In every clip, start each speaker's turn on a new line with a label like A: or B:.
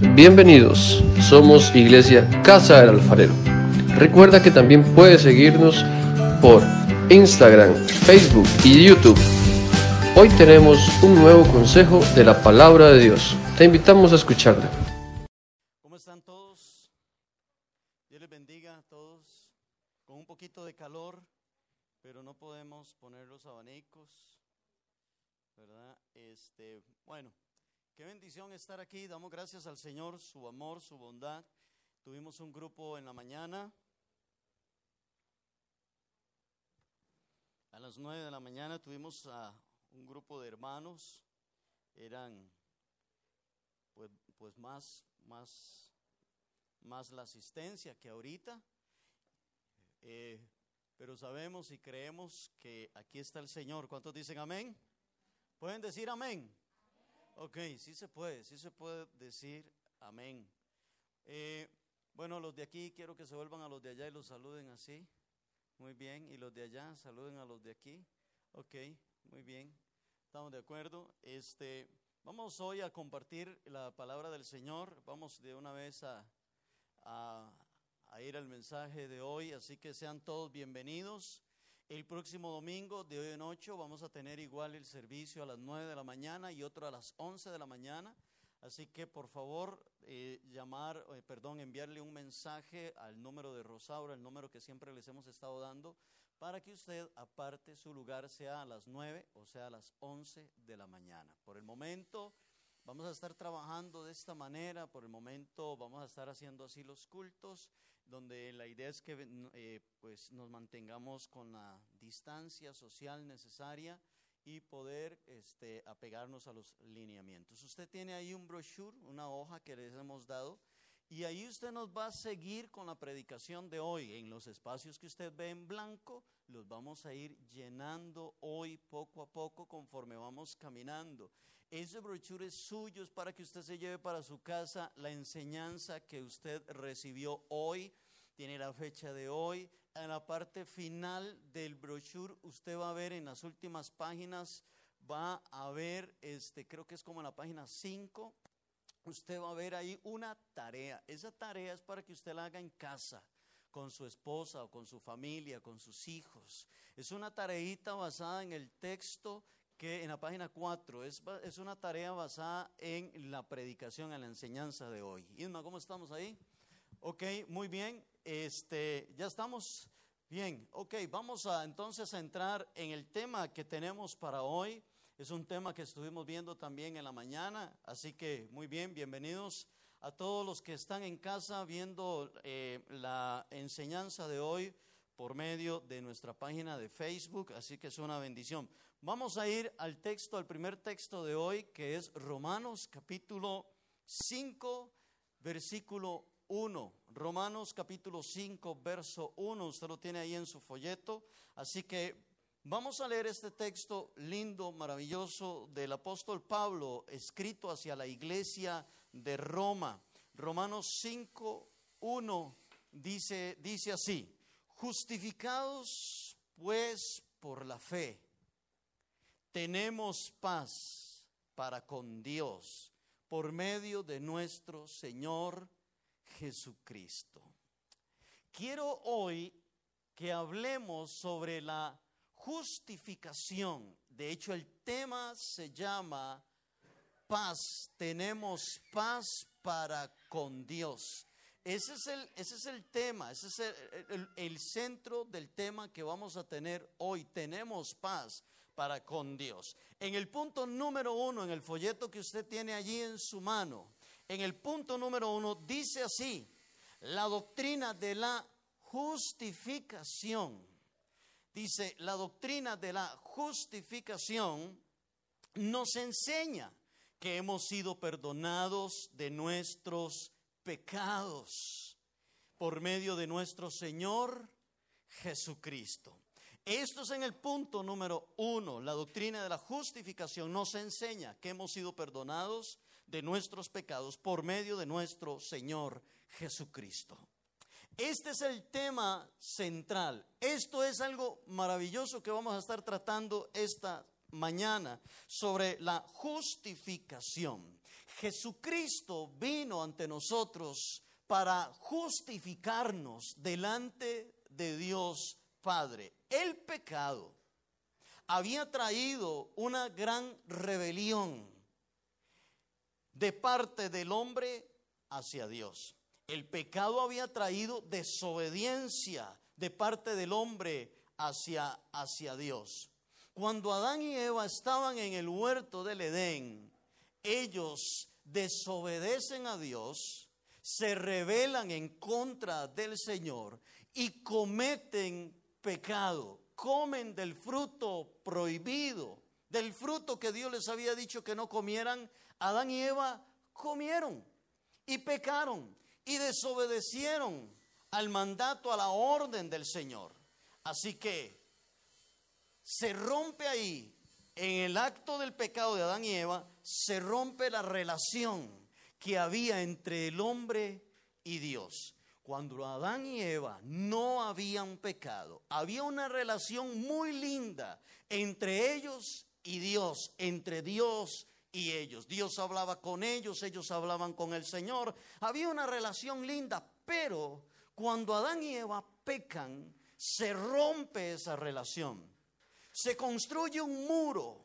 A: Bienvenidos, somos Iglesia Casa del Alfarero. Recuerda que también puedes seguirnos por Instagram, Facebook y YouTube. Hoy tenemos un nuevo consejo de la palabra de Dios. Te invitamos a escucharla.
B: ¿Cómo están todos? Dios les bendiga a todos. Con un poquito de calor, pero no podemos poner los abanicos, ¿verdad? Bueno, qué bendición estar aquí. Damos gracias al Señor, su amor, su bondad. Tuvimos un grupo en la mañana. A las 9 de la mañana tuvimos a un grupo de hermanos. Eran pues más la asistencia que ahorita. Pero sabemos y creemos que aquí está el Señor. ¿Cuántos dicen amén? ¿Pueden decir amén? Ok, sí se puede decir amén. Bueno, los de aquí quiero que se vuelvan a los de allá y los saluden así. Muy bien, y los de allá saluden a los de aquí. Ok, muy bien, estamos de acuerdo. Vamos hoy a compartir la palabra del Señor. Vamos de una vez a ir al mensaje de hoy, así que sean todos bienvenidos. El próximo domingo de hoy en 8 vamos a tener igual el servicio a las 9 de la mañana y otro a las 11 de la mañana. Así que por favor enviarle un mensaje al número de Rosaura, el número que siempre les hemos estado dando, para que usted aparte su lugar, sea a las 9 o sea a las 11 de la mañana. Por el momento vamos a estar trabajando de esta manera, por el momento vamos a estar haciendo así los cultos, donde la idea es que pues nos mantengamos con la distancia social necesaria y poder apegarnos a los lineamientos. Usted tiene ahí un brochure, una hoja que les hemos dado, y ahí usted nos va a seguir con la predicación de hoy. En los espacios que usted ve en blanco, los vamos a ir llenando hoy poco a poco conforme vamos caminando. Ese brochure es suyo, es para que usted se lleve para su casa la enseñanza que usted recibió hoy. Tiene la fecha de hoy. En la parte final del brochure usted va a ver en las últimas páginas, va a ver, creo que es como en la página 5, usted va a ver ahí una tarea. Esa tarea es para que usted la haga en casa, con su esposa o con su familia, con sus hijos. Es una tareita basada en el texto que en la página 4, es una tarea basada en la predicación, en la enseñanza de hoy. Irma, ¿cómo estamos ahí? Ok, muy bien, ya estamos bien. Ok, vamos entonces a entrar en el tema que tenemos para hoy. Es un tema que estuvimos viendo también en la mañana, así que muy bien, bienvenidos a todos los que están en casa viendo la enseñanza de hoy por medio de nuestra página de Facebook, así que es una bendición. Vamos a ir al primer texto de hoy, que es Romanos capítulo 5, versículo 1. Romanos capítulo 5, verso 1, usted lo tiene ahí en su folleto, así que vamos a leer este texto lindo, maravilloso del apóstol Pablo, escrito hacia la iglesia de Roma. Romanos 5, 1 dice así: justificados pues por la fe, tenemos paz para con Dios por medio de nuestro Señor Jesucristo. Quiero hoy que hablemos sobre la justificación. De hecho, el tema se llama paz. Tenemos paz para con Dios. Ese es el tema, ese es el centro del tema que vamos a tener hoy. Tenemos paz para con Dios. En el punto número 1, en el folleto que usted tiene allí en su mano, en el punto número 1 dice así: la doctrina de la justificación. Dice, la doctrina de la justificación nos enseña que hemos sido perdonados de nuestros pecados por medio de nuestro Señor Jesucristo. Esto es en el punto número 1. La doctrina de la justificación nos enseña que hemos sido perdonados de nuestros pecados por medio de nuestro Señor Jesucristo. Este es el tema central. Esto es algo maravilloso que vamos a estar tratando esta mañana sobre la justificación. Jesucristo vino ante nosotros para justificarnos delante de Dios Padre. El pecado había traído una gran rebelión de parte del hombre hacia Dios. El pecado había traído desobediencia de parte del hombre hacia Dios. Cuando Adán y Eva estaban en el huerto del Edén, ellos desobedecen a Dios, se rebelan en contra del Señor y cometen pecado. Comen del fruto prohibido, del fruto que Dios les había dicho que no comieran. Adán y Eva comieron y pecaron y desobedecieron al mandato, a la orden del Señor. Así que se rompe ahí, en el acto del pecado de Adán y Eva, se rompe la relación que había entre el hombre y Dios. Cuando Adán y Eva no habían pecado, había una relación muy linda entre ellos y Dios, entre Dios y ellos. Dios hablaba con ellos, ellos hablaban con el Señor. Había una relación linda, pero cuando Adán y Eva pecan, se rompe esa relación. Se construye un muro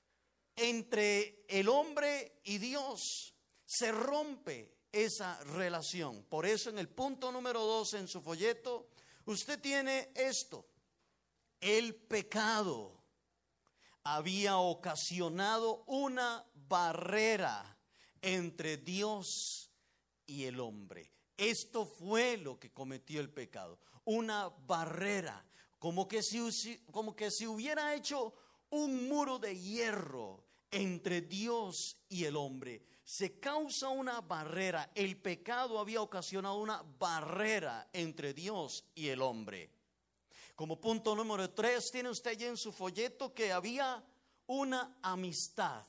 B: entre el hombre y Dios. Se rompe esa relación. Por eso en el punto número 2 en su folleto, usted tiene esto: el pecado había ocasionado una barrera entre Dios y el hombre. Esto fue lo que cometió el pecado, una barrera, como que si hubiera hecho un muro de hierro entre Dios y el hombre. Se causa una barrera. El pecado había ocasionado una barrera entre Dios y el hombre. Como punto número 3, tiene usted ya en su folleto que había una amistad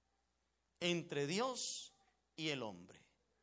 B: entre Dios y el hombre.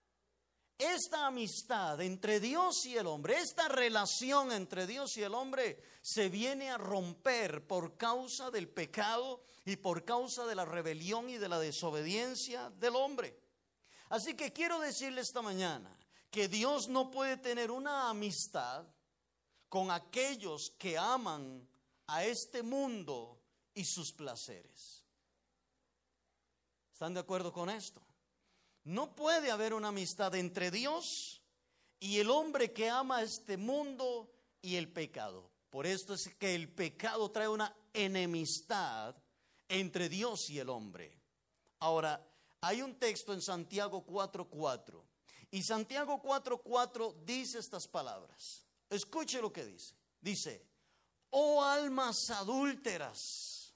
B: Esta amistad entre Dios y el hombre, esta relación entre Dios y el hombre se viene a romper por causa del pecado y por causa de la rebelión y de la desobediencia del hombre. Así que quiero decirle esta mañana que Dios no puede tener una amistad con aquellos que aman a este mundo y sus placeres. ¿Están de acuerdo con esto? No puede haber una amistad entre Dios y el hombre que ama este mundo y el pecado. Por esto es que el pecado trae una enemistad entre Dios y el hombre. Ahora, hay un texto en Santiago 4:4 y Santiago 4:4 dice estas palabras. Escuche lo que dice. Dice: oh almas adúlteras.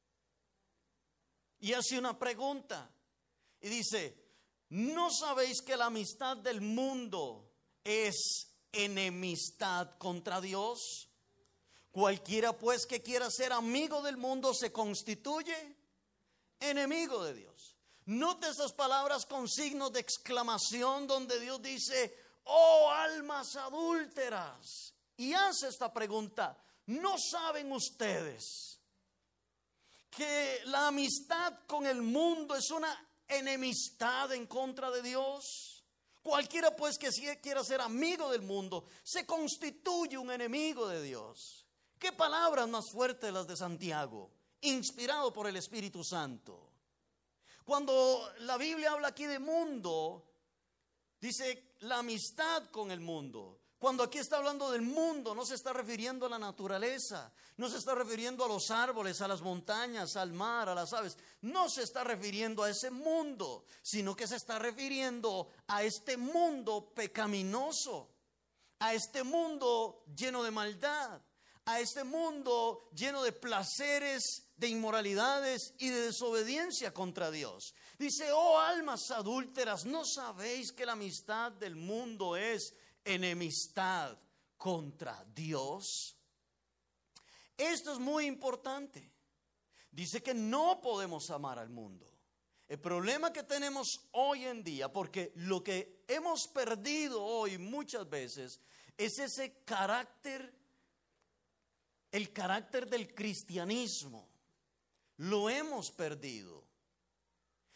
B: Y hace una pregunta y dice: ¿no sabéis que la amistad del mundo es enemistad contra Dios? Cualquiera pues que quiera ser amigo del mundo se constituye enemigo de Dios. Note esas palabras con signos de exclamación donde Dios dice: oh almas adúlteras. Y hace esta pregunta: ¿no saben ustedes que la amistad con el mundo es una enemistad en contra de Dios? Cualquiera pues que quiera ser amigo del mundo se constituye un enemigo de Dios. ¿Qué palabras más fuertes las de Santiago, inspirado por el Espíritu Santo? Cuando la Biblia habla aquí de mundo, dice la amistad con el mundo. Cuando aquí está hablando del mundo, no se está refiriendo a la naturaleza, no se está refiriendo a los árboles, a las montañas, al mar, a las aves. No se está refiriendo a ese mundo, sino que se está refiriendo a este mundo pecaminoso, a este mundo lleno de maldad, a este mundo lleno de placeres, de inmoralidades y de desobediencia contra Dios. Dice: oh almas adúlteras, ¿no sabéis que la amistad del mundo es enemistad contra Dios? Esto es muy importante. Dice que no podemos amar al mundo. El problema que tenemos hoy en día, porque lo que hemos perdido hoy muchas veces es ese carácter, el carácter del cristianismo. Lo hemos perdido.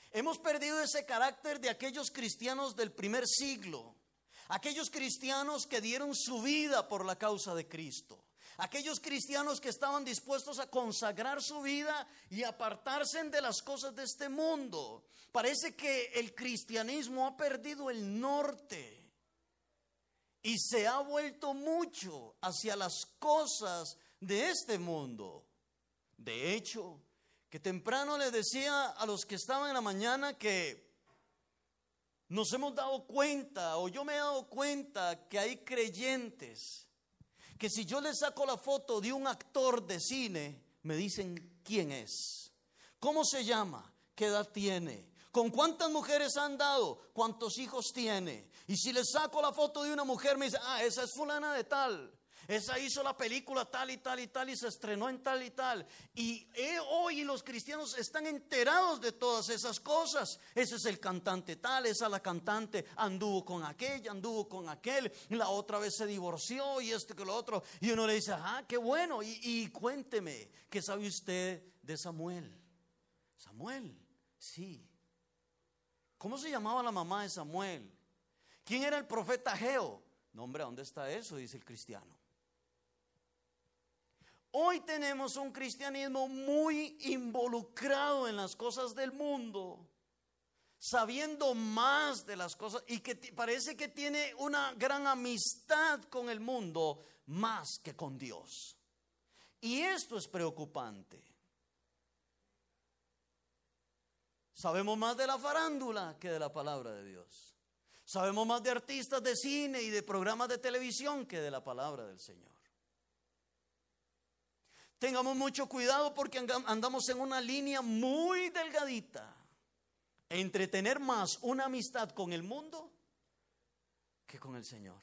B: Hemos perdido ese carácter de aquellos cristianos del primer siglo, aquellos cristianos que dieron su vida por la causa de Cristo, aquellos cristianos que estaban dispuestos a consagrar su vida y apartarse de las cosas de este mundo. Parece que el cristianismo ha perdido el norte y se ha vuelto mucho hacia las cosas de este mundo. De hecho, que temprano les decía a los que estaban en la mañana que nos hemos dado cuenta, o yo me he dado cuenta, que hay creyentes que si yo les saco la foto de un actor de cine, me dicen quién es, cómo se llama, qué edad tiene, con cuántas mujeres han dado, cuántos hijos tiene. Y si les saco la foto de una mujer, me dicen, esa es fulana de tal. Esa hizo la película tal y tal y tal y se estrenó en tal y tal. Y hoy los cristianos están enterados de todas esas cosas. Ese es el cantante tal, esa la cantante anduvo con aquella, anduvo con aquel, la otra vez se divorció y esto que lo otro. Y uno le dice, qué bueno. Y cuénteme, ¿qué sabe usted de Samuel? Samuel, sí. ¿Cómo se llamaba la mamá de Samuel? ¿Quién era el profeta Ageo? No, hombre, ¿dónde está eso? Dice el cristiano. Hoy tenemos un cristianismo muy involucrado en las cosas del mundo, sabiendo más de las cosas y que parece que tiene una gran amistad con el mundo más que con Dios. Y esto es preocupante. Sabemos más de la farándula que de la palabra de Dios. Sabemos más de artistas de cine y de programas de televisión que de la palabra del Señor. Tengamos mucho cuidado porque andamos en una línea muy delgadita entre tener más una amistad con el mundo que con el Señor.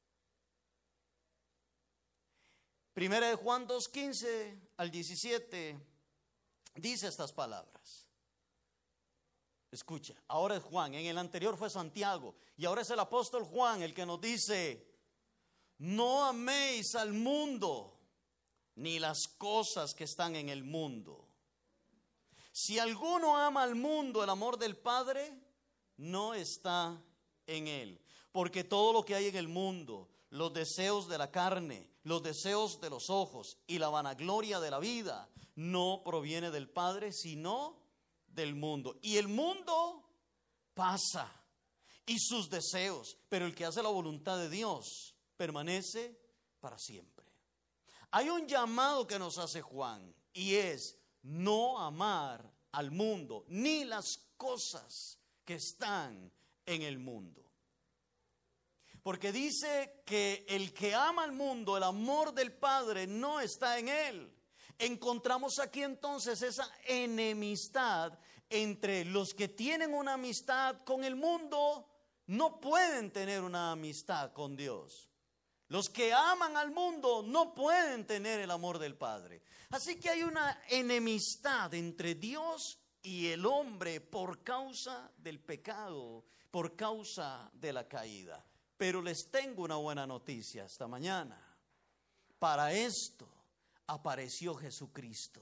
B: Primera de Juan 2:15 al 17 dice estas palabras. Escucha, ahora es Juan, en el anterior fue Santiago y ahora es el apóstol Juan el que nos dice: no améis al mundo ni las cosas que están en el mundo. Si alguno ama al mundo, el amor del Padre no está en él. Porque todo lo que hay en el mundo, los deseos de la carne, los deseos de los ojos y la vanagloria de la vida, no proviene del Padre, sino del mundo. Y el mundo pasa y sus deseos, pero el que hace la voluntad de Dios permanece para siempre. Hay un llamado que nos hace Juan y es no amar al mundo ni las cosas que están en el mundo. Porque dice que el que ama al mundo, el amor del Padre no está en él. Encontramos aquí entonces esa enemistad entre los que tienen una amistad con el mundo, no pueden tener una amistad con Dios. Los que aman al mundo no pueden tener el amor del Padre. Así que hay una enemistad entre Dios y el hombre por causa del pecado, por causa de la caída. Pero les tengo una buena noticia esta mañana. Para esto apareció Jesucristo.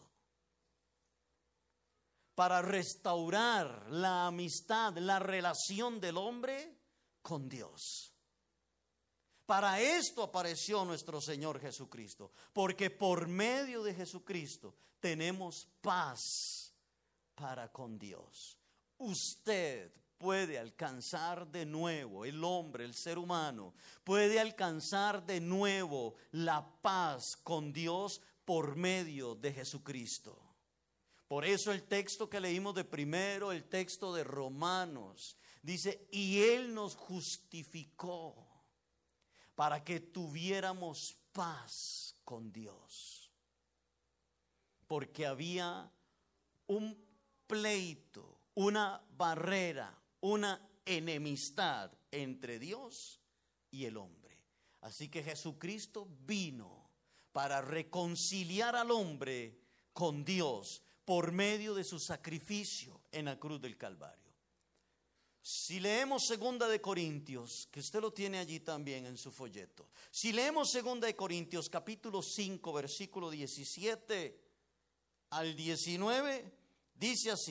B: Para restaurar la amistad, la relación del hombre con Dios. Para esto apareció nuestro Señor Jesucristo, porque por medio de Jesucristo tenemos paz para con Dios. Usted puede alcanzar de nuevo, el hombre, el ser humano, puede alcanzar de nuevo la paz con Dios por medio de Jesucristo. Por eso el texto que leímos de primero, el texto de Romanos, dice, y Él nos justificó para que tuviéramos paz con Dios. Porque había un pleito, una barrera, una enemistad entre Dios y el hombre. Así que Jesucristo vino para reconciliar al hombre con Dios por medio de su sacrificio en la cruz del Calvario. Si leemos 2 de Corintios, que usted lo tiene allí también en su folleto. Si leemos 2 de Corintios capítulo 5 versículo 17 al 19, dice así: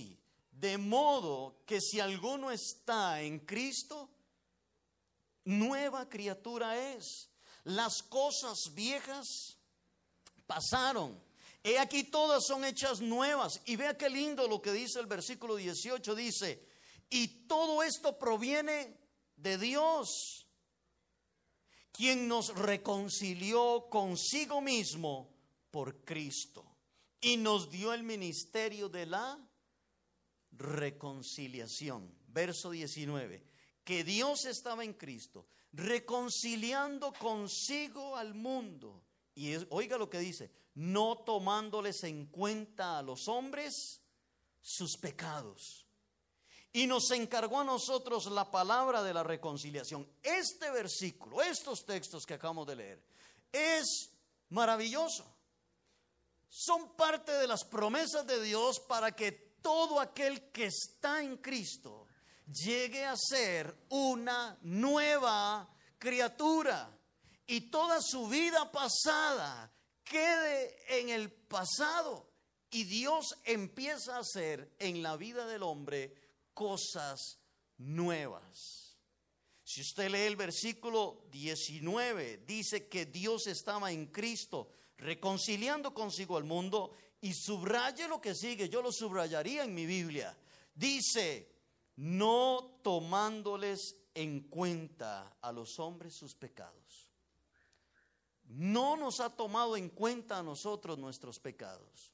B: De modo que si alguno está en Cristo, nueva criatura es. Las cosas viejas pasaron. He aquí todas son hechas nuevas. Y vea qué lindo lo que dice el versículo 18. Dice, y todo esto proviene de Dios, quien nos reconcilió consigo mismo por Cristo y nos dio el ministerio de la reconciliación. Verso 19, que Dios estaba en Cristo reconciliando consigo al mundo. Y oiga lo que dice, no tomándoles en cuenta a los hombres sus pecados. Y nos encargó a nosotros la palabra de la reconciliación. Este versículo, estos textos que acabamos de leer, es maravilloso. Son parte de las promesas de Dios para que todo aquel que está en Cristo llegue a ser una nueva criatura. Y toda su vida pasada quede en el pasado. Y Dios empieza a hacer en la vida del hombre cosas nuevas. Si usted lee el versículo 19, dice que Dios estaba en Cristo reconciliando consigo al mundo, y subraye lo que sigue, yo lo subrayaría en mi Biblia. Dice, no tomándoles en cuenta a los hombres sus pecados. No nos ha tomado en cuenta a nosotros nuestros pecados.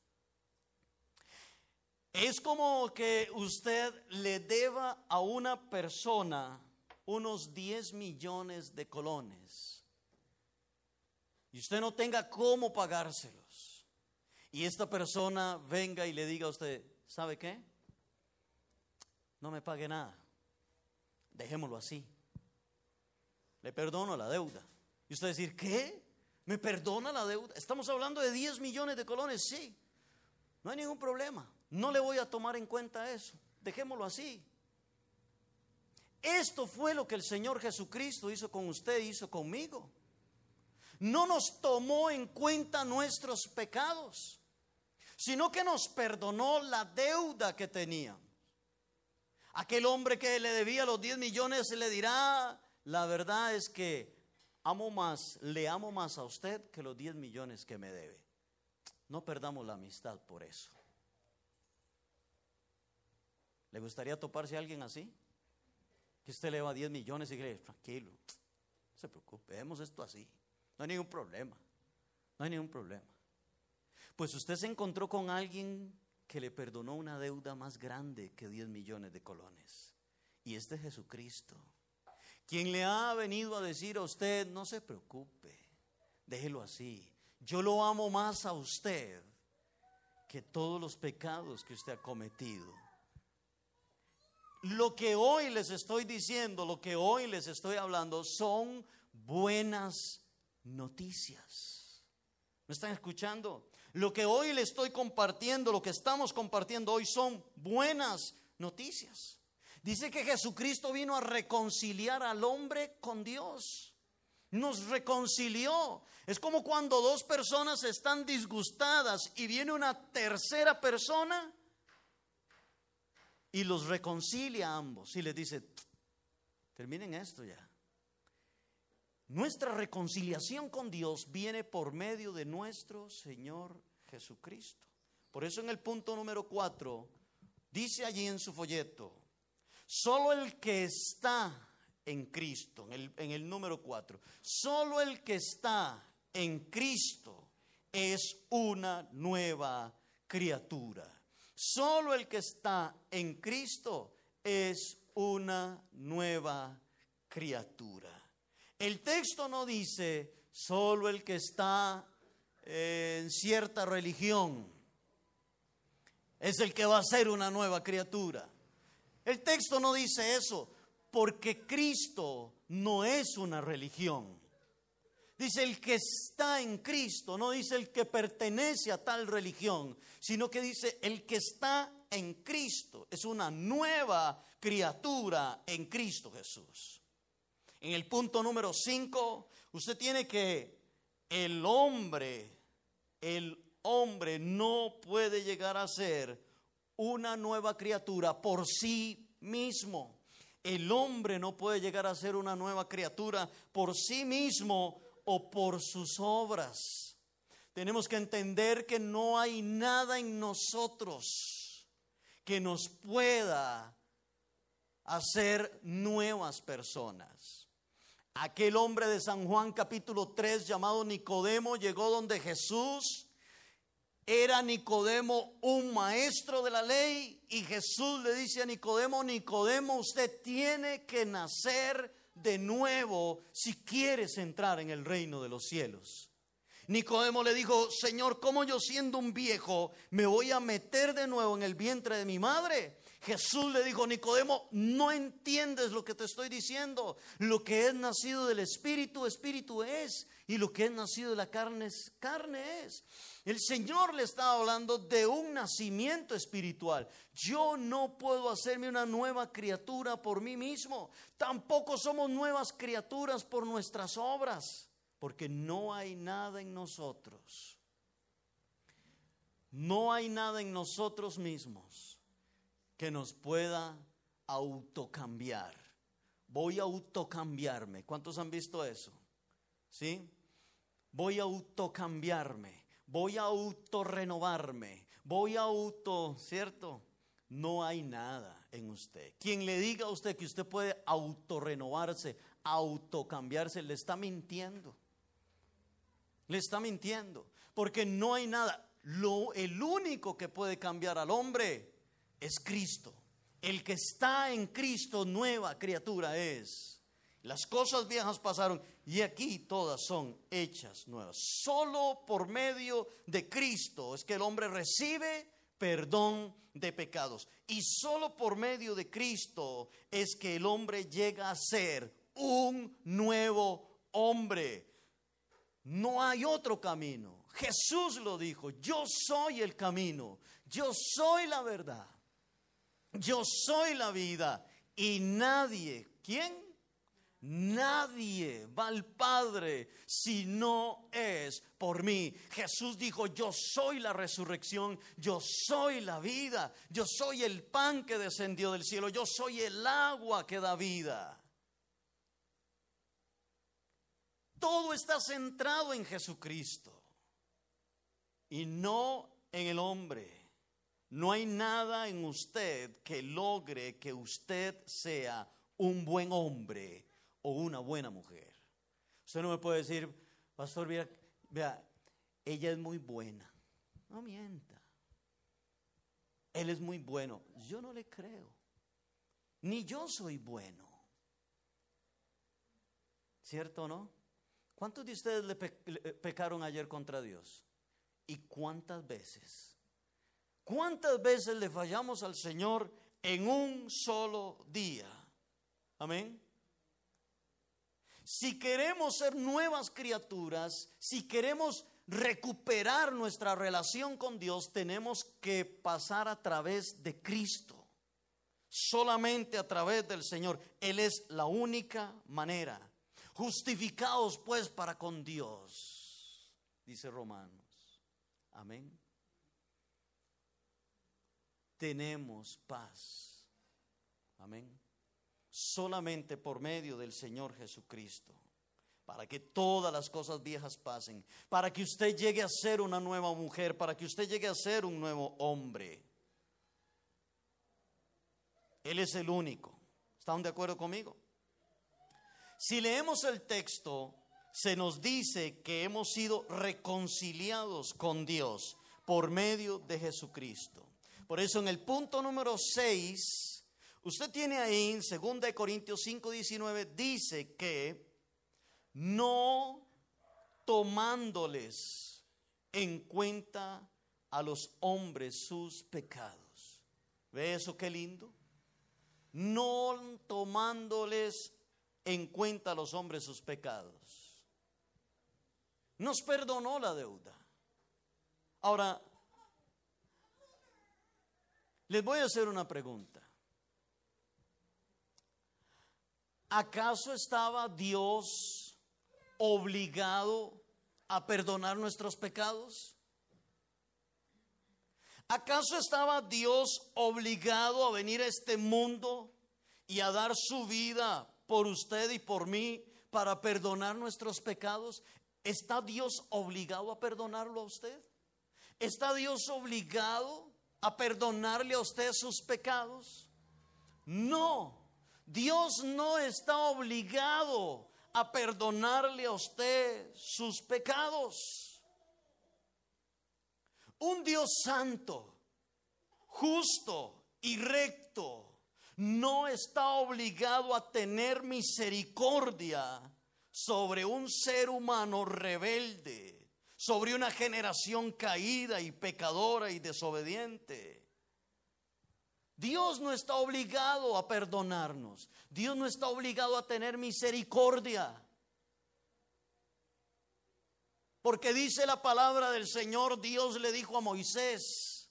B: Es como que usted le deba a una persona unos 10 millones de colones y usted no tenga cómo pagárselos. Y esta persona venga y le diga a usted, ¿sabe qué? No me pague nada. Dejémoslo así. Le perdono la deuda. Y usted decir, ¿qué? ¿Me perdona la deuda? Estamos hablando de 10 millones de colones, sí. No hay ningún problema. No le voy a tomar en cuenta eso. Dejémoslo así. Esto fue lo que el Señor Jesucristo hizo con usted, hizo conmigo. No nos tomó en cuenta nuestros pecados, sino que nos perdonó la deuda que teníamos. Aquel hombre que le debía los 10 millones le dirá, la verdad es que le amo más a usted que los 10 millones que me debe. No perdamos la amistad por eso. ¿Le gustaría toparse a alguien así? Que usted le deba 10 millones y que le diga, tranquilo, no se preocupe, vemos esto así. No hay ningún problema. No hay ningún problema. Pues usted se encontró con alguien que le perdonó una deuda más grande que 10 millones de colones. Y este es Jesucristo, quien le ha venido a decir a usted, no se preocupe, déjelo así. Yo lo amo más a usted que todos los pecados que usted ha cometido. Lo que hoy les estoy diciendo, lo que hoy les estoy hablando son buenas noticias. ¿Me están escuchando? Lo que hoy les estoy compartiendo, lo que estamos compartiendo hoy son buenas noticias. Dice que Jesucristo vino a reconciliar al hombre con Dios. Nos reconcilió. Es como cuando dos personas están disgustadas y viene una tercera persona y los reconcilia a ambos y les dice, terminen esto ya. Nuestra reconciliación con Dios viene por medio de nuestro Señor Jesucristo. Por eso en el punto número 4 dice allí en su folleto, solo el que está en Cristo, en el número 4, solo el que está en Cristo es una nueva criatura. Solo el que está en Cristo es una nueva criatura. El texto no dice solo el que está en cierta religión es el que va a ser una nueva criatura. El texto no dice eso, porque Cristo no es una religión. Dice el que está en Cristo, no dice el que pertenece a tal religión, sino que dice el que está en Cristo es una nueva criatura en Cristo Jesús. En el punto número 5, usted tiene que el hombre no puede llegar a ser una nueva criatura por sí mismo. El hombre no puede llegar a ser una nueva criatura por sí mismo o por sus obras. Tenemos que entender que no hay nada en nosotros que nos pueda hacer nuevas personas. Aquel hombre de San Juan capítulo 3 llamado Nicodemo llegó donde Jesús. Era Nicodemo un maestro de la ley y Jesús le dice a Nicodemo: Nicodemo, usted tiene que nacer de nuevo si quieres entrar en el reino de los cielos. Nicodemo le dijo: Señor, ¿cómo yo siendo un viejo me voy a meter de nuevo en el vientre de mi madre? Jesús le dijo: Nicodemo, no entiendes lo que te estoy diciendo. Lo que es nacido del Espíritu, Espíritu es. Y lo que es nacido de la carne, carne es. El Señor le estaba hablando de un nacimiento espiritual. Yo no puedo hacerme una nueva criatura por mí mismo. Tampoco somos nuevas criaturas por nuestras obras. Porque no hay nada en nosotros. No hay nada en nosotros mismos que nos pueda autocambiar. Voy a autocambiarme. ¿Cuántos han visto eso? ¿Sí? Voy a autocambiarme. Voy a autorrenovarme. ¿cierto? No hay nada en usted. Quien le diga a usted que usted puede autorrenovarse, autocambiarse, le está mintiendo. Le está mintiendo, porque no hay nada. El único que puede cambiar al hombre es Cristo. El que está en Cristo, nueva criatura es. Las cosas viejas pasaron y aquí todas son hechas nuevas. Solo por medio de Cristo es que el hombre recibe perdón de pecados. Y solo por medio de Cristo es que el hombre llega a ser un nuevo hombre. No hay otro camino. Jesús lo dijo: yo soy el camino, yo soy la verdad, yo soy la vida. Y nadie, ¿quién? Nadie va al Padre si no es por mí. Jesús dijo: yo soy la resurrección, yo soy la vida, yo soy el pan que descendió del cielo, yo soy el agua que da vida. Todo está centrado en Jesucristo y no en el hombre. No hay nada en usted que logre que usted sea un buen hombre o una buena mujer. Usted no me puede decir: pastor, vea, ella es muy buena. No mienta. Él es muy bueno. Yo no le creo. Ni yo soy bueno. ¿Cierto o no? ¿Cuántos de ustedes le pecaron ayer contra Dios? ¿Y cuántas veces? ¿Cuántas veces le fallamos al Señor en un solo día? Amén. Si queremos ser nuevas criaturas, si queremos recuperar nuestra relación con Dios, tenemos que pasar a través de Cristo. Solamente a través del Señor. Él es la única manera. Justificados pues para con Dios, dice Romanos. Amén. Tenemos paz. Amén. Solamente por medio del Señor Jesucristo. Para que todas las cosas viejas pasen. Para que usted llegue a ser una nueva mujer. Para que usted llegue a ser un nuevo hombre. Él es el único. ¿Están de acuerdo conmigo? Si leemos el texto, se nos dice que hemos sido reconciliados con Dios por medio de Jesucristo. Por eso en el punto número 6, usted tiene ahí en 2 Corintios 5:19, dice que no tomándoles en cuenta a los hombres sus pecados. ¿Ve eso qué lindo? No tomándoles en cuenta a los hombres sus pecados. Nos perdonó la deuda. Ahora, les voy a hacer una pregunta. ¿Acaso estaba Dios obligado a perdonar nuestros pecados? ¿Acaso estaba Dios obligado a venir a este mundo y a dar su vida por usted y por mí para perdonar nuestros pecados? ¿Está Dios obligado a perdonarlo a usted? ¿Está Dios obligado a perdonarle a usted sus pecados? No, Dios no está obligado a perdonarle a usted sus pecados. Un Dios santo, justo y recto no está obligado a tener misericordia sobre un ser humano rebelde, sobre una generación caída y pecadora y desobediente. Dios no está obligado a perdonarnos. Dios no está obligado a tener misericordia. Porque dice la palabra del Señor, Dios le dijo a Moisés: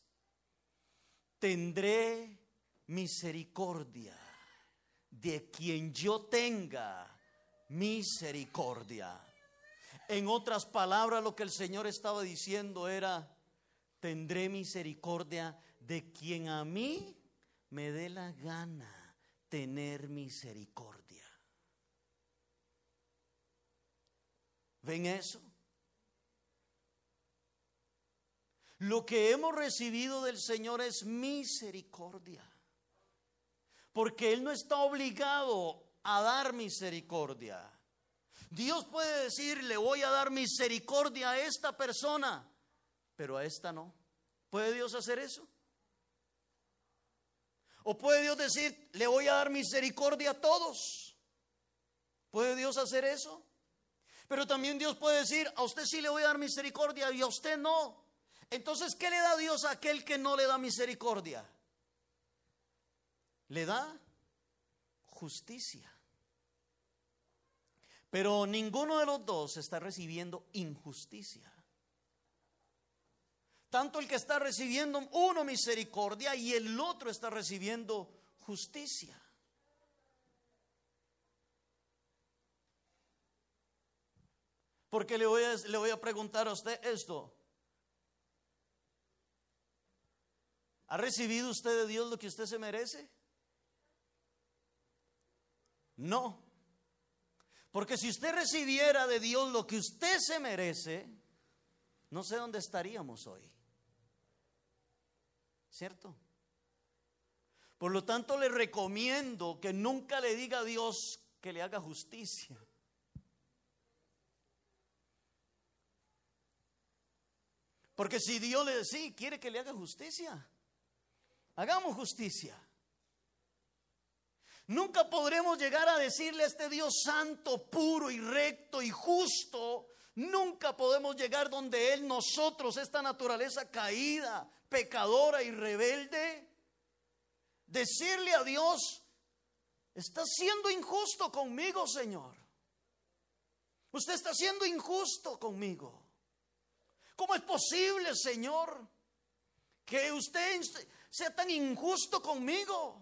B: tendré misericordia de quien yo tenga misericordia. En otras palabras, lo que el Señor estaba diciendo era: tendré misericordia de quien a mí me dé la gana tener misericordia. ¿Ven eso? Lo que hemos recibido del Señor es misericordia, porque Él no está obligado a dar misericordia. Dios puede decir: le voy a dar misericordia a esta persona, pero a esta no. ¿Puede Dios hacer eso? ¿O puede Dios decir: le voy a dar misericordia a todos? ¿Puede Dios hacer eso? Pero también Dios puede decir: a usted sí le voy a dar misericordia y a usted no. Entonces, ¿qué le da Dios a aquel que no le da misericordia? Le da justicia. Pero ninguno de los dos está recibiendo injusticia. Tanto el que está recibiendo uno misericordia y el otro está recibiendo justicia. Porque le voy a preguntar a usted esto: ¿ha recibido usted de Dios lo que usted se merece? No. Porque si usted recibiera de Dios lo que usted se merece, no sé dónde estaríamos hoy. ¿Cierto? Por lo tanto, le recomiendo que nunca le diga a Dios que le haga justicia. Porque si Dios le dice, quiere que le haga justicia, hagamos justicia. Nunca podremos llegar a decirle a este Dios santo, puro y recto y justo, nunca podemos llegar donde Él, nosotros, esta naturaleza caída, pecadora y rebelde, decirle a Dios: está siendo injusto conmigo, Señor. Usted está siendo injusto conmigo. ¿Cómo es posible, Señor, que usted sea tan injusto conmigo?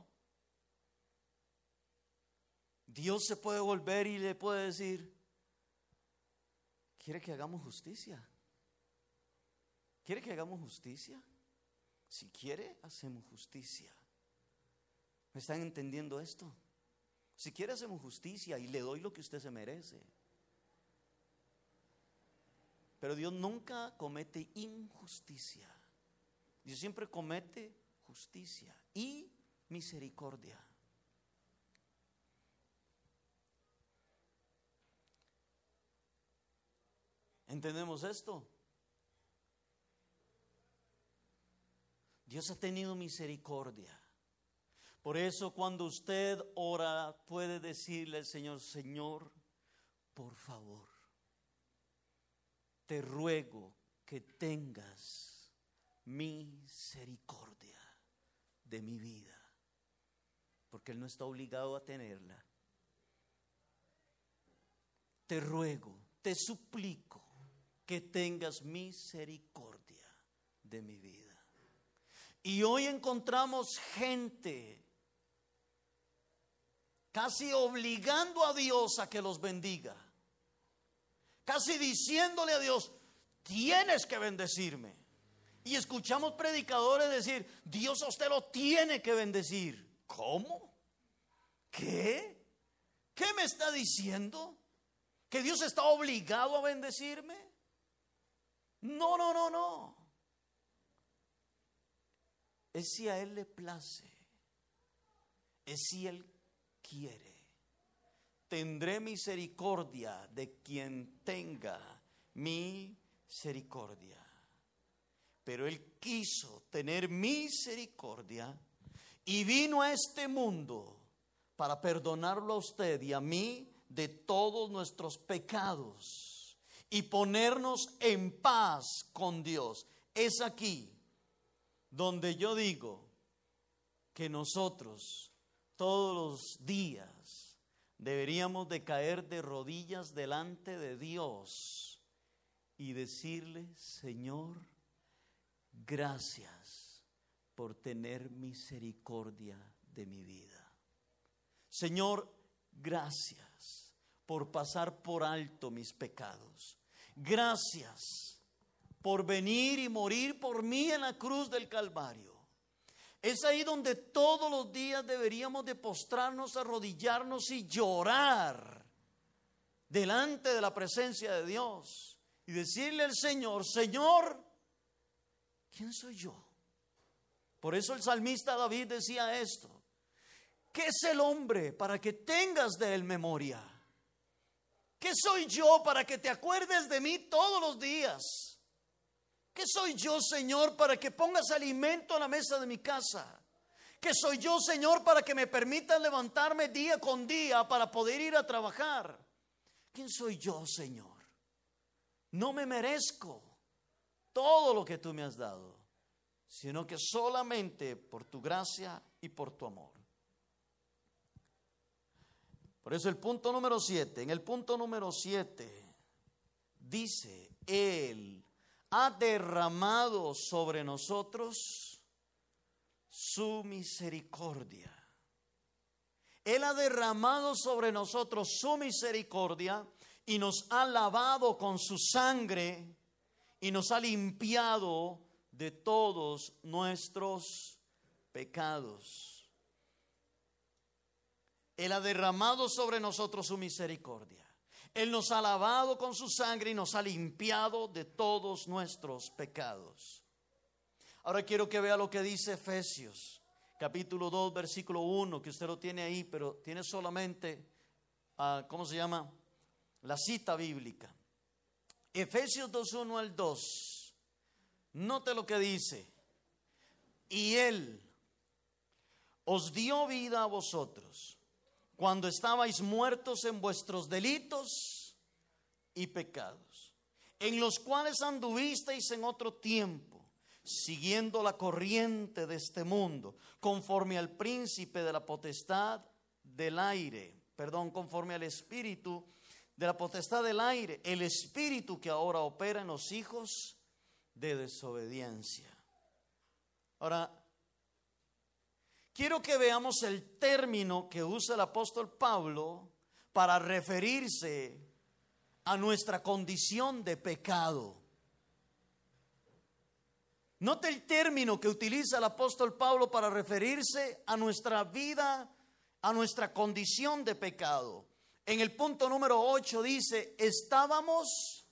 B: Dios se puede volver y le puede decir: ¿quiere que hagamos justicia? ¿Quiere que hagamos justicia? Si quiere, hacemos justicia. ¿Me están entendiendo esto? Si quiere, hacemos justicia y le doy lo que usted se merece. Pero Dios nunca comete injusticia. Dios siempre comete justicia y misericordia. ¿Entendemos esto? Dios ha tenido misericordia. Por eso cuando usted ora puede decirle al Señor: Señor, por favor, te ruego que tengas misericordia de mi vida, porque Él no está obligado a tenerla. Te ruego, te suplico que tengas misericordia de mi vida. Y hoy encontramos gente casi obligando a Dios a que los bendiga, casi diciéndole a Dios: tienes que bendecirme, Y escuchamos predicadores decir, Dios a usted lo tiene que bendecir. ¿Cómo? ¿Qué? ¿Qué me está diciendo? ¿Que Dios está obligado a bendecirme? No, no, no, no. Es si a Él le place. Es si Él quiere. Tendré misericordia de quien tenga misericordia. Pero Él quiso tener misericordia y vino a este mundo para perdonarlo a usted y a mí de todos nuestros pecados y ponernos en paz con Dios. Es aquí donde yo digo que nosotros todos los días deberíamos de caer de rodillas delante de Dios y decirle, Señor, gracias por tener misericordia de mi vida. Señor, gracias por pasar por alto mis pecados. Gracias por venir y morir por mí en la cruz del Calvario. Es ahí donde todos los días deberíamos de postrarnos, arrodillarnos y llorar delante de la presencia de Dios y decirle al Señor, Señor, ¿quién soy yo? Por eso el salmista David decía esto: ¿qué es el hombre para que tengas de él memoria? ¿Qué soy yo para que te acuerdes de mí todos los días? ¿Qué soy yo, Señor, para que pongas alimento a la mesa de mi casa? ¿Qué soy yo, Señor, para que me permitas levantarme día con día para poder ir a trabajar? ¿Quién soy yo, Señor? No me merezco todo lo que tú me has dado, sino que solamente por tu gracia y por tu amor. Por eso el punto número 7, en el punto número 7 dice, Él ha derramado sobre nosotros su misericordia. Él ha derramado sobre nosotros su misericordia y nos ha lavado con su sangre y nos ha limpiado de todos nuestros pecados. Él ha derramado sobre nosotros su misericordia. Él nos ha lavado con su sangre y nos ha limpiado de todos nuestros pecados. Ahora quiero que vea lo que dice Efesios, capítulo 2, versículo 1, que usted lo tiene ahí, pero tiene solamente, ¿cómo se llama? La cita bíblica. Efesios 2, 1 al 2. Note lo que dice. Y Él os dio vida a vosotros cuando estabais muertos en vuestros delitos y pecados, en los cuales anduvisteis en otro tiempo, siguiendo la corriente de este mundo, conforme al príncipe de la potestad del aire, conforme al espíritu de la potestad del aire, el espíritu que ahora opera en los hijos de desobediencia. Ahora, quiero que veamos el término que usa el apóstol Pablo para referirse a nuestra condición de pecado. Note el término que utiliza el apóstol Pablo para referirse a nuestra vida, a nuestra condición de pecado. En el punto número 8 dice, estábamos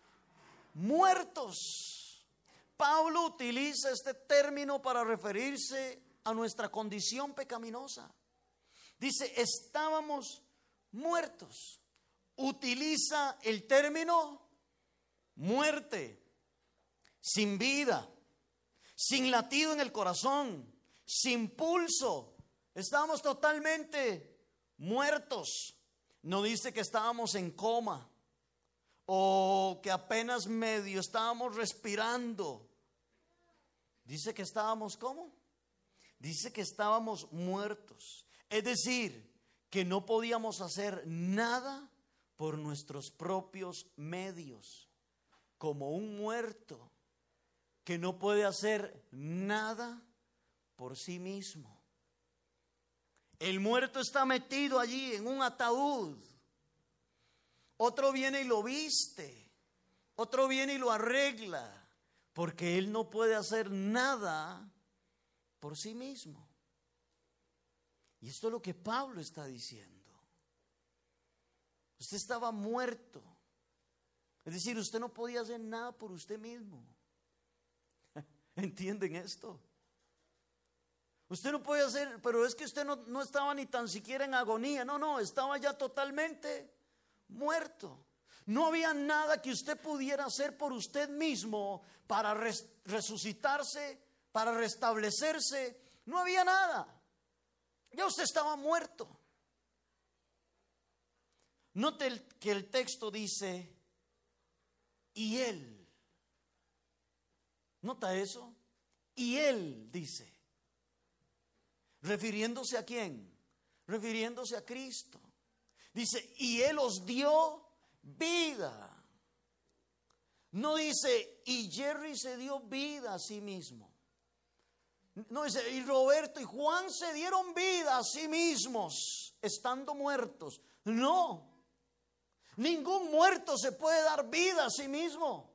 B: muertos. Pablo utiliza este término para referirse a nuestra condición pecaminosa. Dice, estábamos muertos. Utiliza el término muerte, sin vida, sin latido en el corazón, sin pulso. Estábamos totalmente muertos. No dice que estábamos en coma o que apenas medio estábamos respirando. Dice que estábamos ¿cómo? Dice que estábamos muertos. Es decir, que no podíamos hacer nada por nuestros propios medios, como un muerto que no puede hacer nada por sí mismo. El muerto está metido allí en un ataúd. Otro viene y lo viste, otro viene y lo arregla, porque Él no puede hacer nada por sí mismo. Y esto es lo que Pablo está diciendo. Usted estaba muerto. Es decir, usted no podía hacer nada por usted mismo. ¿Entienden esto? Usted no puede hacer, pero es que usted no estaba ni tan siquiera en agonía. No, estaba ya totalmente muerto. No había nada que usted pudiera hacer por usted mismo para resucitarse, para restablecerse. No había nada. Ya usted estaba muerto. Note que el texto dice, y Él. ¿Nota eso? Y Él dice. ¿Refiriéndose a quién? Refiriéndose a Cristo. Dice, y Él os dio vida. No dice, y Jerry se dio vida a sí mismo. No dice, y Roberto y Juan se dieron vida a sí mismos, estando muertos. No, ningún muerto se puede dar vida a sí mismo.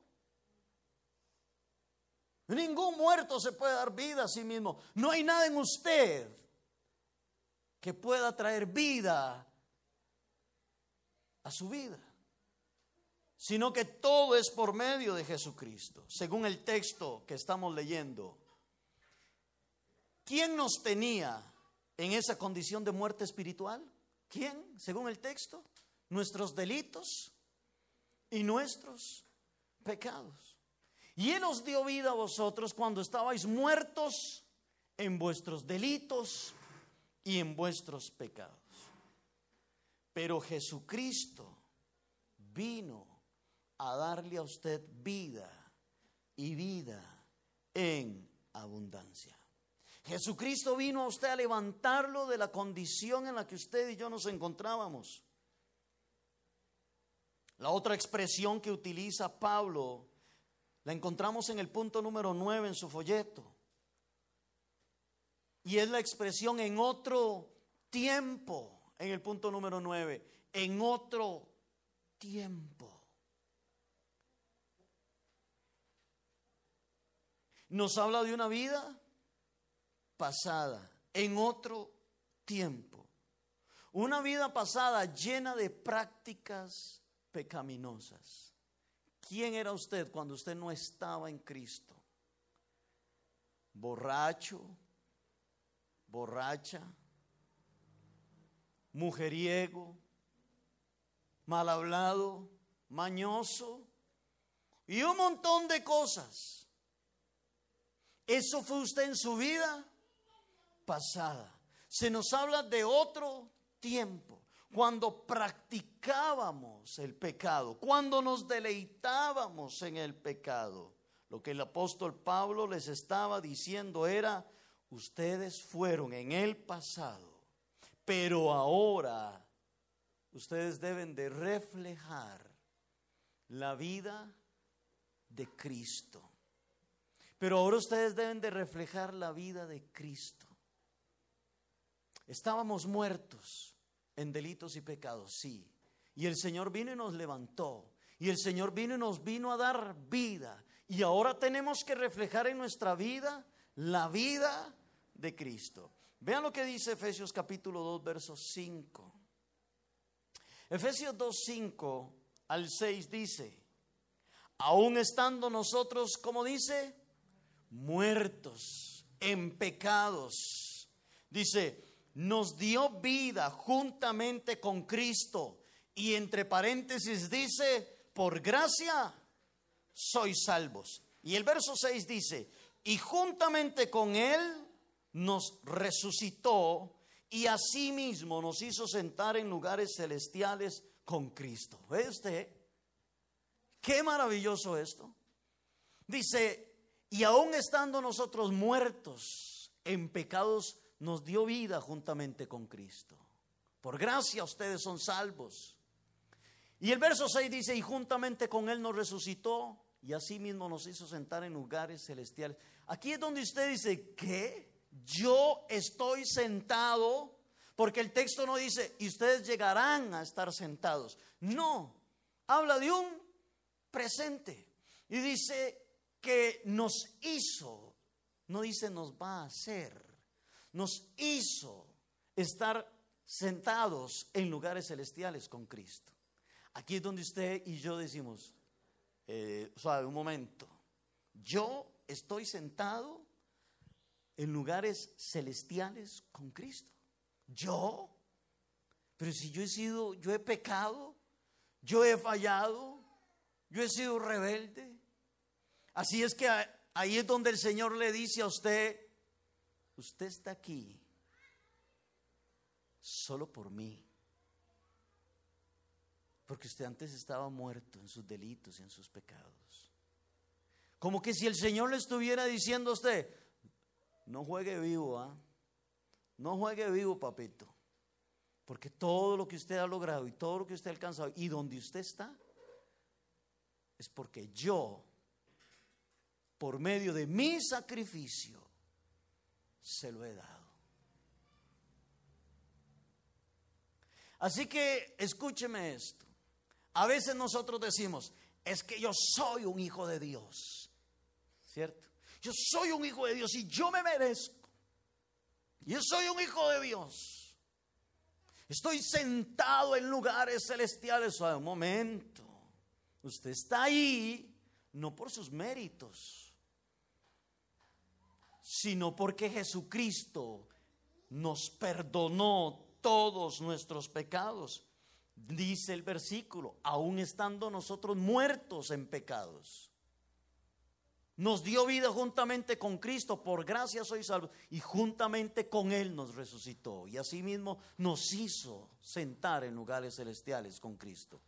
B: Ningún muerto se puede dar vida a sí mismo. No hay nada en usted que pueda traer vida a su vida, sino que todo es por medio de Jesucristo. Según el texto que estamos leyendo, ¿quién nos tenía en esa condición de muerte espiritual? ¿Quién? Según el texto, nuestros delitos y nuestros pecados. Y Él os dio vida a vosotros cuando estabais muertos en vuestros delitos y en vuestros pecados. Pero Jesucristo vino a darle a usted vida y vida en abundancia. Jesucristo vino a usted a levantarlo de la condición en la que usted y yo nos encontrábamos. La otra expresión que utiliza Pablo la encontramos en el punto número 9 en su folleto. Y es la expresión en otro tiempo, en el punto número 9. En otro tiempo. Nos habla de una vida pasada, en otro tiempo. Una vida pasada llena de prácticas pecaminosas. ¿Quién era usted cuando usted no estaba en Cristo? Borracho, borracha, mujeriego, mal hablado, mañoso y un montón de cosas. Eso fue usted en su vida pasada. Se nos habla de otro tiempo, cuando practicábamos el pecado, cuando nos deleitábamos en el pecado. Lo que el apóstol Pablo les estaba diciendo era, ustedes fueron en el pasado, pero ahora ustedes deben de reflejar la vida de Cristo. Pero ahora ustedes deben de reflejar la vida de Cristo. Estábamos muertos en delitos y pecados, sí. Y el Señor vino y nos levantó. Y el Señor vino y nos vino a dar vida. Y ahora tenemos que reflejar en nuestra vida la vida de Cristo. Vean lo que dice Efesios capítulo 2, verso 5. Efesios 2, 5 al 6 dice, aún estando nosotros, como dice, muertos en pecados, dice, nos dio vida juntamente con Cristo. Y entre paréntesis dice, por gracia sois salvos. Y el verso 6 dice, y juntamente con Él nos resucitó y asimismo nos hizo sentar en lugares celestiales con Cristo. ¿Ve usted? Qué maravilloso esto. Dice, y aún estando nosotros muertos en pecados, nos dio vida juntamente con Cristo. Por gracia ustedes son salvos. Y el verso 6 dice, y juntamente con Él nos resucitó y asimismo nos hizo sentar en lugares celestiales. Aquí es donde usted dice, ¿qué? Yo estoy sentado, porque el texto no dice, y ustedes llegarán a estar sentados. No, habla de un presente. Y dice, que nos hizo, no dice nos va a hacer, nos hizo estar sentados en lugares celestiales con Cristo. Aquí es donde usted y yo decimos, suave, un momento, yo estoy sentado en lugares celestiales con Cristo. ¿Yo? Pero si yo he pecado, yo he fallado, yo he sido rebelde. Así es que ahí es donde el Señor le dice a usted, usted está aquí solo por mí. Porque usted antes estaba muerto en sus delitos y en sus pecados. Como que si el Señor le estuviera diciendo a usted, no juegue vivo, no juegue vivo, papito. Porque todo lo que usted ha logrado y todo lo que usted ha alcanzado y donde usted está, es porque yo, por medio de mi sacrificio, se lo he dado. Así que escúcheme esto. A veces nosotros decimos, es que yo soy un hijo de Dios, ¿cierto? Yo soy un hijo de Dios y yo me merezco. Yo soy un hijo de Dios. Estoy sentado en lugares celestiales. A un momento, usted está ahí no por sus méritos, sino porque Jesucristo nos perdonó todos nuestros pecados. Dice el versículo, aún estando nosotros muertos en pecados, nos dio vida juntamente con Cristo, por gracia sois salvos, y juntamente con Él nos resucitó, y asimismo nos hizo sentar en lugares celestiales con Cristo.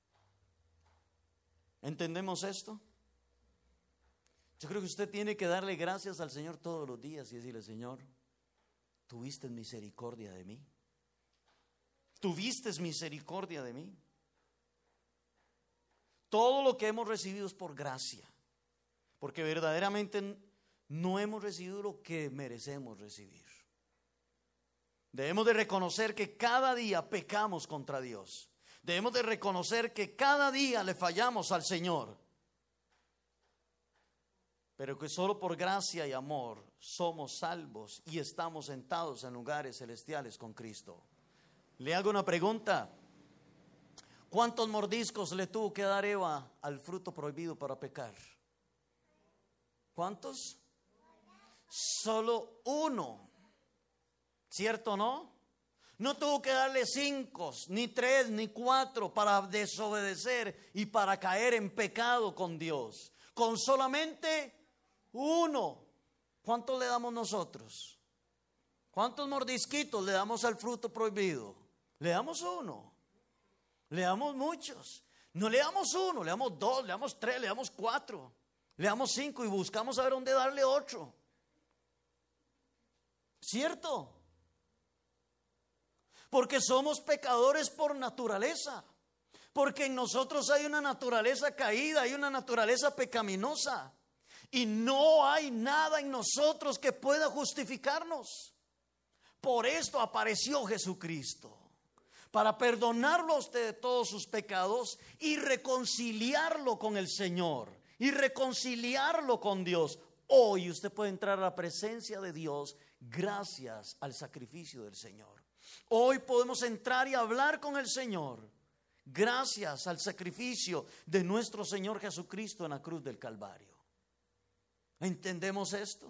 B: ¿Entendemos esto? Yo creo que usted tiene que darle gracias al Señor todos los días y decirle, Señor, tuviste misericordia de mí. Tuviste misericordia de mí. Todo lo que hemos recibido es por gracia, porque verdaderamente no hemos recibido lo que merecemos recibir. Debemos de reconocer que cada día pecamos contra Dios. Debemos de reconocer que cada día le fallamos al Señor, pero que solo por gracia y amor somos salvos y estamos sentados en lugares celestiales con Cristo. Le hago una pregunta. ¿Cuántos mordiscos le tuvo que dar Eva al fruto prohibido para pecar? ¿Cuántos? Solo uno. ¿Cierto o no? No tuvo que darle 5, ni 3, ni 4 para desobedecer y para caer en pecado con Dios. Con solamente uno. ¿Cuántos le damos nosotros? ¿Cuántos mordisquitos le damos al fruto prohibido? Le damos uno. Le damos muchos. No le damos uno, le damos 2, le damos 3, le damos 4, le damos 5 y buscamos a ver dónde darle 8. ¿Cierto? Porque somos pecadores por naturaleza. Porque en nosotros hay una naturaleza caída, hay una naturaleza pecaminosa. Y no hay nada en nosotros que pueda justificarnos. Por esto apareció Jesucristo, para perdonarlo a usted de todos sus pecados y reconciliarlo con el Señor y reconciliarlo con Dios. Hoy usted puede entrar a la presencia de Dios gracias al sacrificio del Señor. Hoy podemos entrar y hablar con el Señor gracias al sacrificio de nuestro Señor Jesucristo en la cruz del Calvario. ¿Entendemos esto?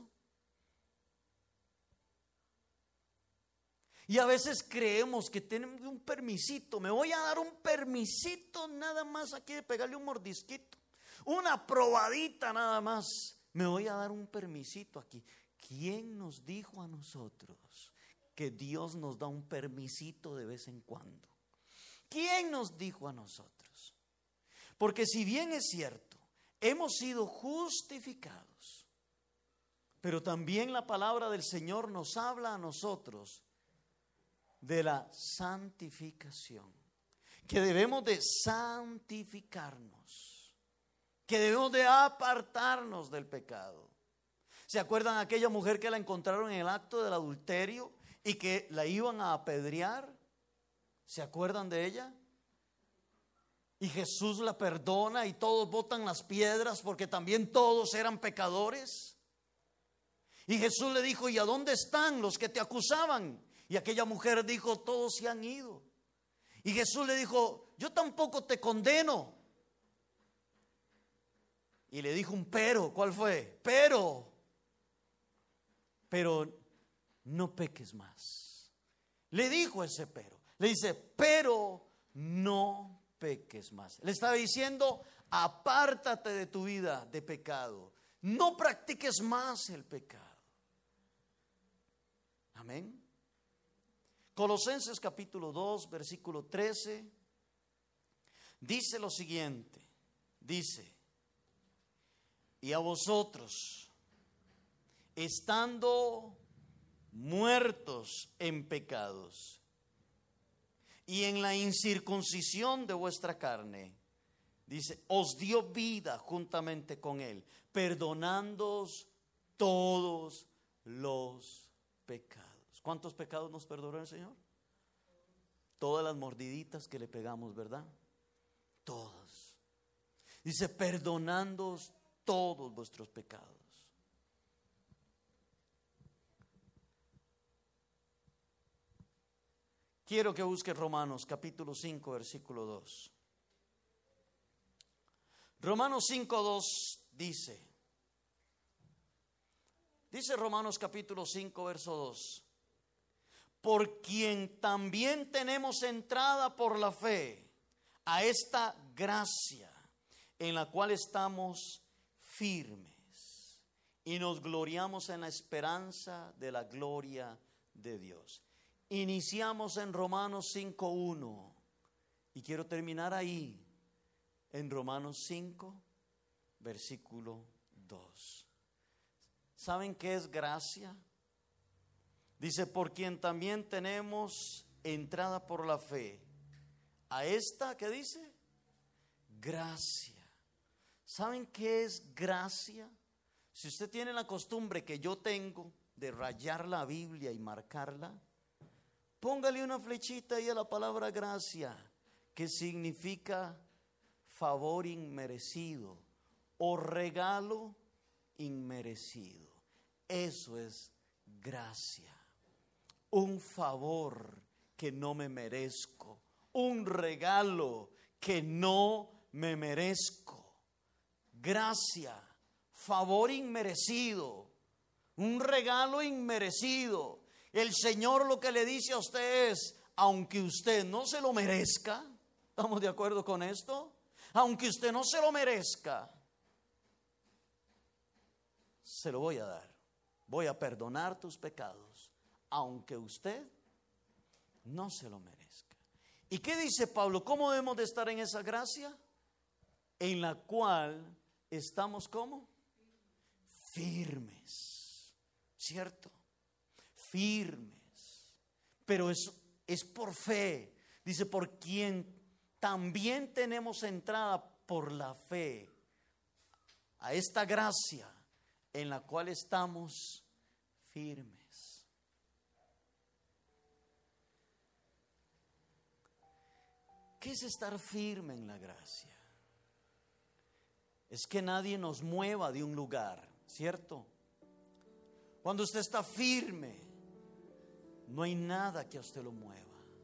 B: Y a veces creemos que tenemos un permisito. Me voy a dar un permisito nada más aquí de pegarle un mordisquito, una probadita nada más. Me voy a dar un permisito aquí. ¿Quién nos dijo a nosotros que Dios nos da un permisito de vez en cuando? ¿Quién nos dijo a nosotros? Porque si bien es cierto, hemos sido justificados, pero también la palabra del Señor nos habla a nosotros de la santificación, que debemos de santificarnos, que debemos de apartarnos del pecado. ¿Se acuerdan aquella mujer que la encontraron en el acto del adulterio y que la iban a apedrear? ¿Se acuerdan de ella? Y Jesús la perdona y todos botan las piedras porque también todos eran pecadores. Y Jesús le dijo: ¿y a dónde están los que te acusaban? Y aquella mujer dijo: todos se han ido. Y Jesús le dijo: yo tampoco te condeno. Y le dijo un pero. ¿Cuál fue? Pero no peques más. Le dijo ese pero. Le dice: pero no peques más. Le estaba diciendo: apártate de tu vida de pecado. No practiques más el pecado. Amén. Colosenses capítulo 2, versículo 13, dice lo siguiente. Dice: y a vosotros, estando muertos en pecados y en la incircuncisión de vuestra carne, dice, os dio vida juntamente con él, perdonándoos todos los pecados. ¿Cuántos pecados nos perdonó el Señor? Todas las mordiditas que le pegamos, ¿verdad? Todas. Dice, perdonándoos todos vuestros pecados. Quiero que busque Romanos capítulo 5, versículo 2. Romanos 5, 2 dice Romanos capítulo 5, verso 2. Por quien también tenemos entrada por la fe a esta gracia en la cual estamos firmes y nos gloriamos en la esperanza de la gloria de Dios. Iniciamos en Romanos 5:1 y quiero terminar ahí en Romanos 5, versículo 2. ¿Saben qué es gracia? Dice, por quien también tenemos entrada por la fe a esta, ¿qué dice? Gracia. ¿Saben qué es gracia? Si usted tiene la costumbre que yo tengo de rayar la Biblia y marcarla, póngale una flechita ahí a la palabra gracia, que significa favor inmerecido o regalo inmerecido. Eso es gracia. Un favor que no me merezco, un regalo que no me merezco. Gracia, favor inmerecido, un regalo inmerecido. El Señor lo que le dice a usted es, aunque usted no se lo merezca, ¿estamos de acuerdo con esto? Aunque usted no se lo merezca, se lo voy a dar. Voy a perdonar tus pecados, aunque usted no se lo merezca. ¿Y qué dice Pablo? ¿Cómo debemos de estar en esa gracia? En la cual estamos ¿cómo? Firmes, ¿cierto? Firmes, pero es por fe. Dice, por quien también tenemos entrada por la fe a esta gracia en la cual estamos firmes. ¿Qué es estar firme en la gracia? Es que nadie nos mueva de un lugar, ¿cierto? Cuando usted está firme, no hay nada que a usted lo mueva.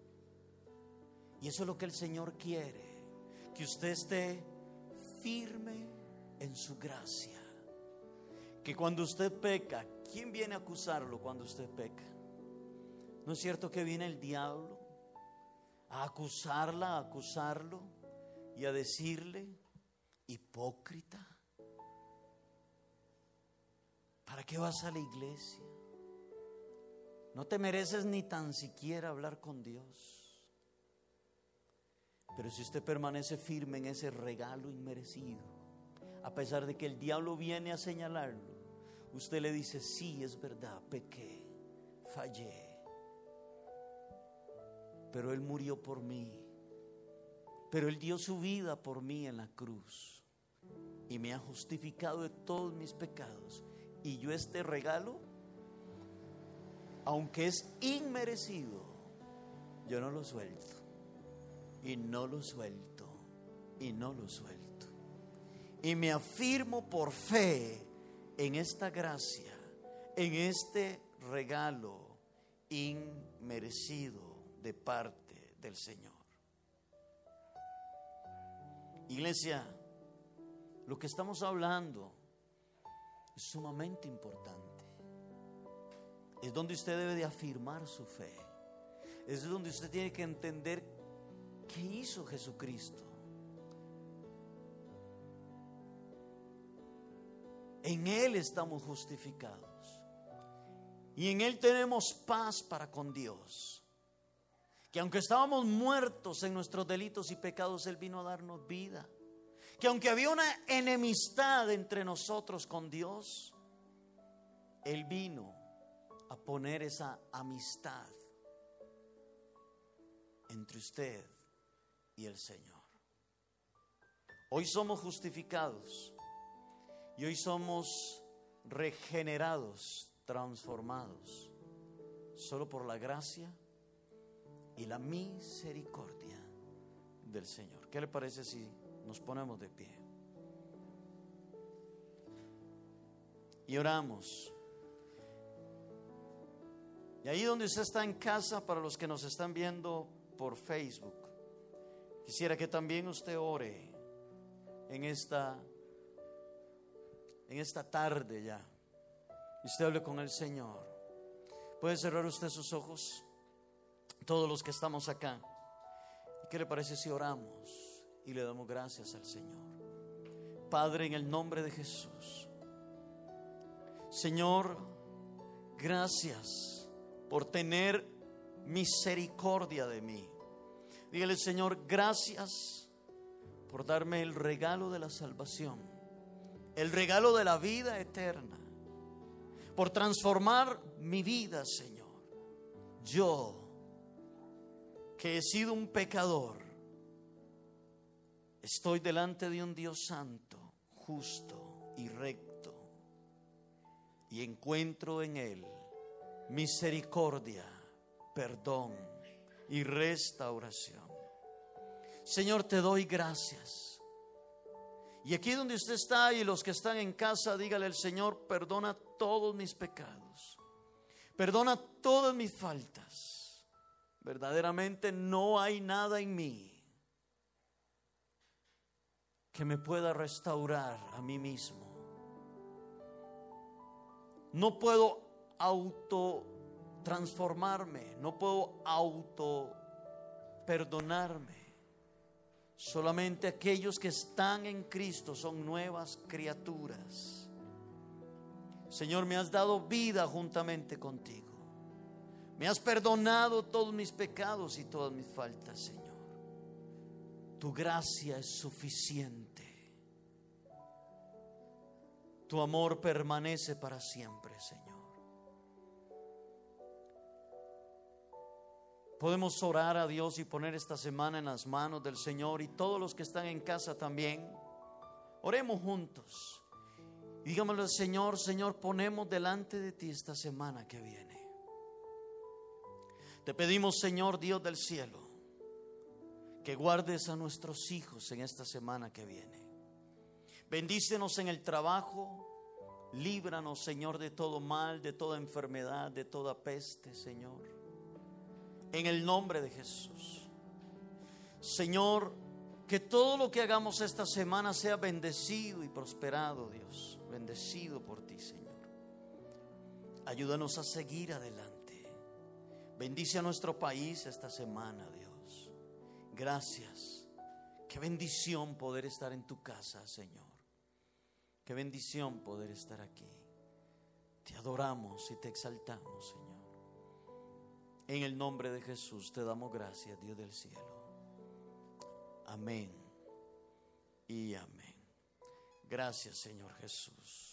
B: Y eso es lo que el Señor quiere, que usted esté firme en su gracia. Que cuando usted peca, ¿quién viene a acusarlo cuando usted peca? ¿No es cierto que viene el diablo a acusarla, a acusarlo y a decirle, hipócrita? ¿Para qué vas a la iglesia? No te mereces ni tan siquiera hablar con Dios. Pero si usted permanece firme en ese regalo inmerecido, a pesar de que el diablo viene a señalarlo, usted le dice, sí, es verdad, pequé, fallé, pero Él murió por mí, pero Él dio su vida por mí en la cruz y me ha justificado de todos mis pecados. Y yo este regalo, aunque es inmerecido, yo no lo suelto y no lo suelto. y no lo suelto. Y me afirmo por fe en esta gracia, en este regalo inmerecido de parte del Señor. Iglesia, lo que estamos hablando es sumamente importante. Es donde usted debe de afirmar su fe. Es donde usted tiene que entender qué hizo Jesucristo. En Él estamos justificados. Y en Él tenemos paz para con Dios. Que aunque estábamos muertos en nuestros delitos y pecados, Él vino a darnos vida. Que aunque había una enemistad entre nosotros con Dios, Él vino a poner esa amistad entre usted y el Señor. Hoy somos justificados y hoy somos regenerados, transformados, solo por la gracia y la misericordia del Señor. ¿Qué le parece si nos ponemos de pie y oramos? Y ahí donde usted está en casa, para los que nos están viendo por Facebook, quisiera que también usted ore en esta tarde ya. Y usted hable con el Señor. ¿Puede cerrar usted sus ojos? Todos los que estamos acá. ¿Y qué le parece si oramos y le damos gracias al Señor? Padre, en el nombre de Jesús, Señor, gracias por tener misericordia de mí. Dígale, Señor, gracias por darme el regalo de la salvación, el regalo de la vida eterna, por transformar mi vida, Señor. Yo, que he sido un pecador, estoy delante de un Dios santo, justo y recto, y encuentro en Él misericordia, perdón y restauración. Señor, te doy gracias. Y aquí donde usted está y los que están en casa, dígale al Señor: perdona todos mis pecados, perdona todas mis faltas. Verdaderamente no hay nada en mí que me pueda restaurar a mí mismo. No puedo transformarme, no puedo perdonarme. Solamente aquellos que están en Cristo son nuevas criaturas. Señor, me has dado vida juntamente contigo. Me has perdonado todos mis pecados y todas mis faltas, Señor. Tu gracia es suficiente. Tu amor permanece para siempre, Señor. Podemos orar a Dios y poner esta semana en las manos del Señor, y todos los que están en casa también. Oremos juntos. Digámosle al Señor: Señor, ponemos delante de ti esta semana que viene. Te pedimos, Señor Dios del cielo, que guardes a nuestros hijos en esta semana que viene. Bendícenos en el trabajo. Líbranos, Señor, de todo mal, de toda enfermedad, de toda peste, Señor. En el nombre de Jesús. Señor, que todo lo que hagamos esta semana sea bendecido y prosperado, Dios. Bendecido por ti, Señor. Ayúdanos a seguir adelante. Bendice a nuestro país esta semana, Dios. Gracias. Qué bendición poder estar en tu casa, Señor. Qué bendición poder estar aquí. Te adoramos y te exaltamos, Señor. En el nombre de Jesús te damos gracias, Dios del cielo. Amén y amén. Gracias, Señor Jesús.